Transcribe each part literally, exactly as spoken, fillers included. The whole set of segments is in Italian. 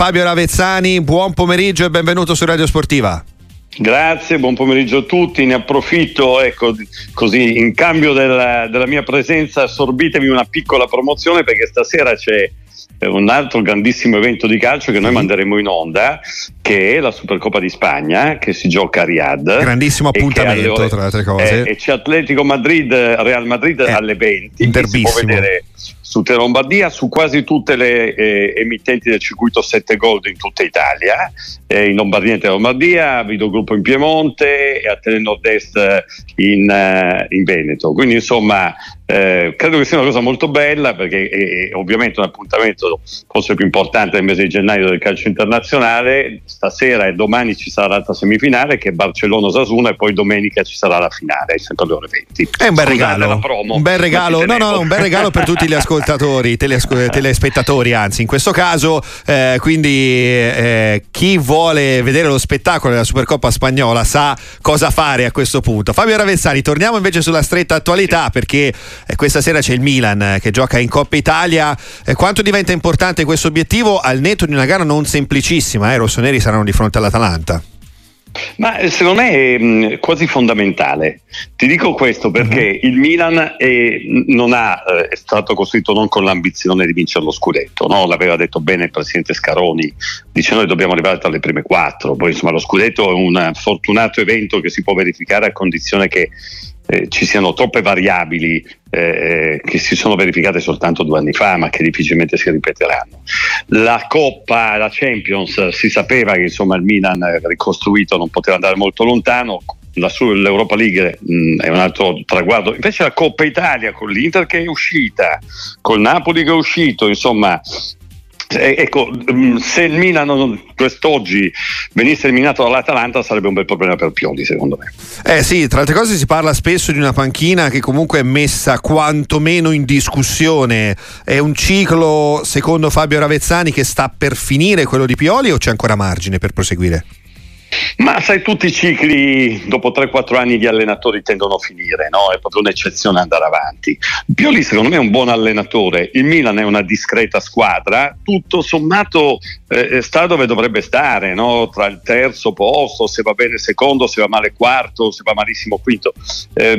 Fabio Ravezzani, buon pomeriggio e benvenuto su Radio Sportiva. Grazie, buon pomeriggio a tutti, ne approfitto, ecco, così in cambio della, della mia presenza assorbitemi una piccola promozione, perché stasera c'è un altro grandissimo evento di calcio che noi manderemo in onda, che è la Supercoppa di Spagna, che si gioca a Riyadh. Grandissimo appuntamento, ore, tra le altre cose. Eh, e c'è Atletico Madrid, Real Madrid eh, alle venti, che si può vedere su Telombardia, su quasi tutte le eh, emittenti del circuito sette Gold in tutta Italia, eh, in Lombardia e in Lombardia, Videogruppo in Piemonte e a Tele Nord-Est in, uh, in Veneto. Quindi insomma eh, credo che sia una cosa molto bella, perché è, è ovviamente un appuntamento forse più importante del mese di gennaio del calcio internazionale. Stasera e domani ci sarà l'altra semifinale, che è Barcellona-Osasuna, e poi domenica ci sarà la finale, sempre alle ore venti. È un bel regalo, promo, un bel regalo, no, no, un bel regalo per tutti gli ascoltatori, telesco- telespettatori, anzi in questo caso, eh, quindi eh, chi vuole vedere lo spettacolo della Supercoppa spagnola sa cosa fare a questo punto. Fabio Ravezzani, torniamo invece sulla stretta attualità, perché eh, questa sera c'è il Milan eh, che gioca in Coppa Italia. Eh, quanto diventa importante questo obiettivo al netto di una gara non semplicissima? Eh? I rossoneri saranno di fronte all'Atalanta. Ma secondo me è mh, quasi fondamentale. Ti dico questo perché uh-huh. il Milan è, non ha, eh, è stato costruito non con l'ambizione di vincere lo scudetto, no? L'aveva detto bene il presidente Scaroni, dice noi dobbiamo arrivare tra le prime quattro, poi insomma lo scudetto è un fortunato evento che si può verificare a condizione che Eh, ci siano troppe variabili eh, che si sono verificate soltanto due anni fa, ma che difficilmente si ripeteranno. La Coppa, la Champions, si sapeva che insomma il Milan ricostruito non poteva andare molto lontano. La, l'Europa League mh, è un altro traguardo. Invece la Coppa Italia, con l'Inter che è uscita, col Napoli che è uscito, insomma. Eh, ecco, se il Milan quest'oggi venisse eliminato dall'Atalanta sarebbe un bel problema per Pioli, secondo me. Eh sì, tra altre cose si parla spesso di una panchina che comunque è messa quantomeno in discussione. È un ciclo, secondo Fabio Ravezzani, che sta per finire, quello di Pioli, o c'è ancora margine per proseguire? Ma sai, tutti i cicli dopo tre quattro anni di allenatori tendono a finire, no? È proprio un'eccezione andare avanti. Pioli secondo me è un buon allenatore, il Milan è una discreta squadra, tutto sommato eh, sta dove dovrebbe stare, no? Tra il terzo posto, se va bene secondo, se va male quarto, se va malissimo quinto. Eh,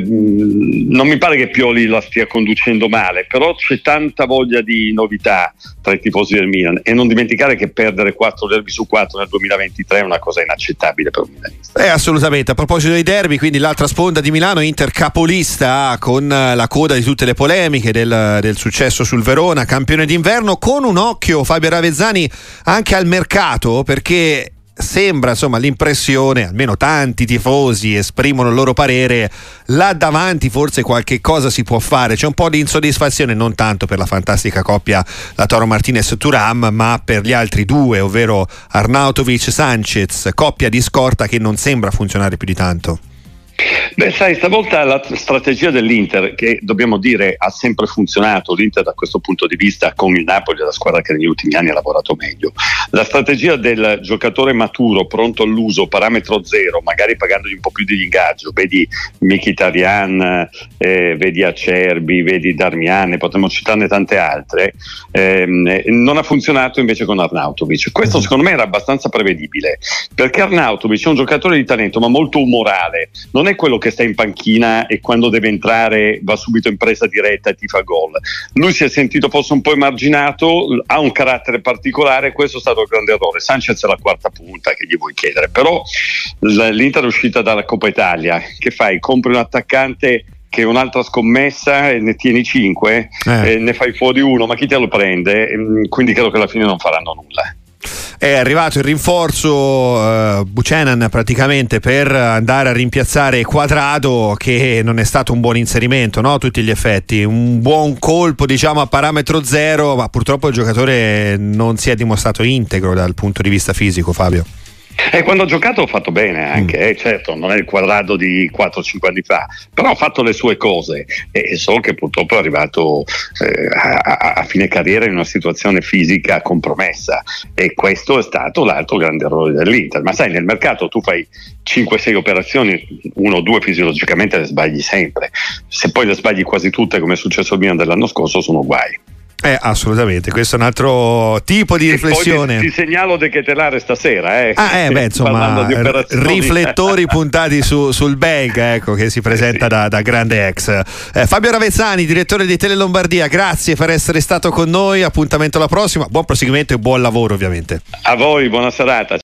non mi pare che Pioli la stia conducendo male, però c'è tanta voglia di novità tra i tifosi del Milan, e non dimenticare che perdere quattro derby su quattro nel duemilaventitré è una cosa inaccettabile per un milanista. Eh, assolutamente. A proposito dei derby, quindi l'altra sponda di Milano, Inter capolista con la coda di tutte le polemiche del, del successo sul Verona, campione d'inverno, con un occhio, Fabio Ravezzani, anche al mercato, perché sembra, insomma, l'impressione, almeno tanti tifosi esprimono il loro parere, là davanti forse qualche cosa si può fare. C'è un po' di insoddisfazione, non tanto per la fantastica coppia Lautaro Martinez-Thuram, ma per gli altri due, ovvero Arnautovic-Sanchez, coppia di scorta che non sembra funzionare più di tanto. Beh, sai, stavolta la strategia dell'Inter, che dobbiamo dire ha sempre funzionato, l'Inter da questo punto di vista con il Napoli è la squadra che negli ultimi anni ha lavorato meglio. La strategia del giocatore maturo, pronto all'uso, parametro zero, magari pagandogli un po' più di ingaggio, vedi Mkhitaryan, eh, vedi Acerbi, vedi Darmian, potremmo citarne tante altre, eh, non ha funzionato invece con Arnautovic. Questo secondo me era abbastanza prevedibile, perché Arnautovic è un giocatore di talento ma molto umorale, non è quello che sta in panchina e quando deve entrare va subito in presa diretta e ti fa gol. Lui si è sentito forse un po' emarginato, ha un carattere particolare, questo è stato il grande errore. Sanchez è la quarta punta, che gli vuoi chiedere, però l'Inter è uscita dalla Coppa Italia, che fai? Compri un attaccante che è un'altra scommessa e ne tieni cinque, eh. e ne fai fuori uno, ma chi te lo prende? Quindi credo che alla fine non faranno nulla. È arrivato il rinforzo uh, Buchanan praticamente per andare a rimpiazzare Quadrado, che non è stato un buon inserimento, no? A tutti gli effetti, un buon colpo diciamo a parametro zero, ma purtroppo il giocatore non si è dimostrato integro dal punto di vista fisico, Fabio. E quando ho giocato ho fatto bene anche, mm. eh, certo non è il Quadrado di quattro cinque anni fa, però ha fatto le sue cose, e so che purtroppo è arrivato eh, a, a fine carriera in una situazione fisica compromessa, e questo è stato l'altro grande errore dell'Inter. Ma sai, nel mercato tu fai cinque sei operazioni, uno o due fisiologicamente le sbagli sempre, se poi le sbagli quasi tutte come è successo al Milan dell'anno scorso sono guai. Eh, assolutamente, questo è un altro tipo di e riflessione. Poi ti, ti segnalo De Ketelare stasera, eh. Ah, eh, beh, insomma, riflettori puntati su, sul belga, ecco, che si presenta eh sì. da, da grande ex. Eh, Fabio Ravezzani, direttore di Tele Lombardia, grazie per essere stato con noi. Appuntamento alla prossima. Buon proseguimento e buon lavoro, ovviamente. A voi, buona serata.